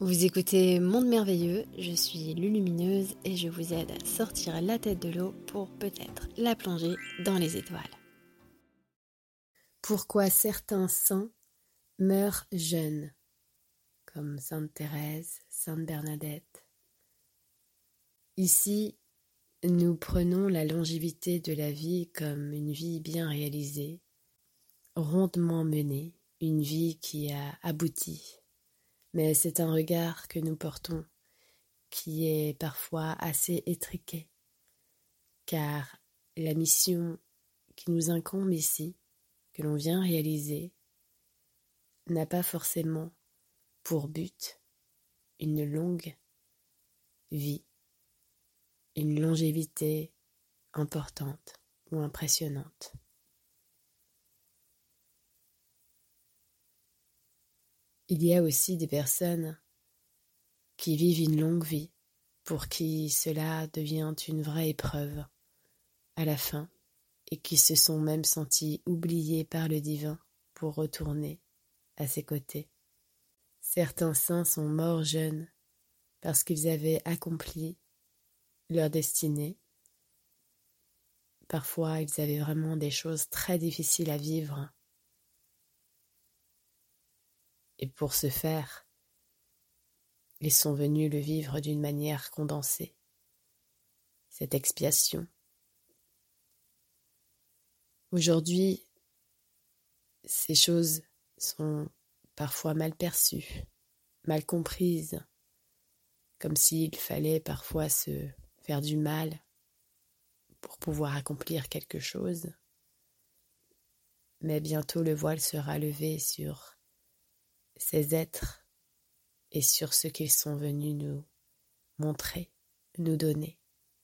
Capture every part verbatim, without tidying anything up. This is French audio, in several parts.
Vous écoutez Monde Merveilleux, je suis Lulumineuse et je vous aide à sortir la tête de l'eau pour peut-être la plonger dans les étoiles. Pourquoi certains saints meurent jeunes, comme Sainte Thérèse, Sainte Bernadette. Ici, nous prenons la longévité de la vie comme une vie bien réalisée, rondement menée, une vie qui a abouti. Mais c'est un regard que nous portons qui est parfois assez étriqué, car la mission qui nous incombe ici, que l'on vient réaliser, n'a pas forcément pour but une longue vie, une longévité importante ou impressionnante. Il y a aussi des personnes qui vivent une longue vie, pour qui cela devient une vraie épreuve à la fin, et qui se sont même sentis oubliés par le divin pour retourner à ses côtés. Certains saints sont morts jeunes parce qu'ils avaient accompli leur destinée. Parfois, ils avaient vraiment des choses très difficiles à vivre. Et pour ce faire, ils sont venus le vivre d'une manière condensée. Cette expiation. Aujourd'hui, ces choses sont parfois mal perçues, mal comprises, comme s'il fallait parfois se faire du mal pour pouvoir accomplir quelque chose. Mais bientôt le voile sera levé sur ces êtres et sur ce qu'ils sont venus nous montrer, nous donner.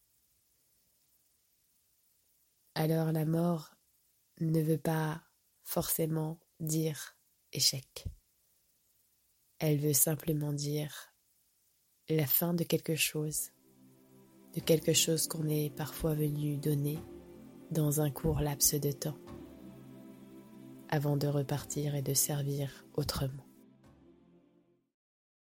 Alors la mort ne veut pas forcément dire échec. Elle veut simplement dire la fin de quelque chose, de quelque chose qu'on est parfois venu donner dans un court laps de temps, avant de repartir et de servir autrement.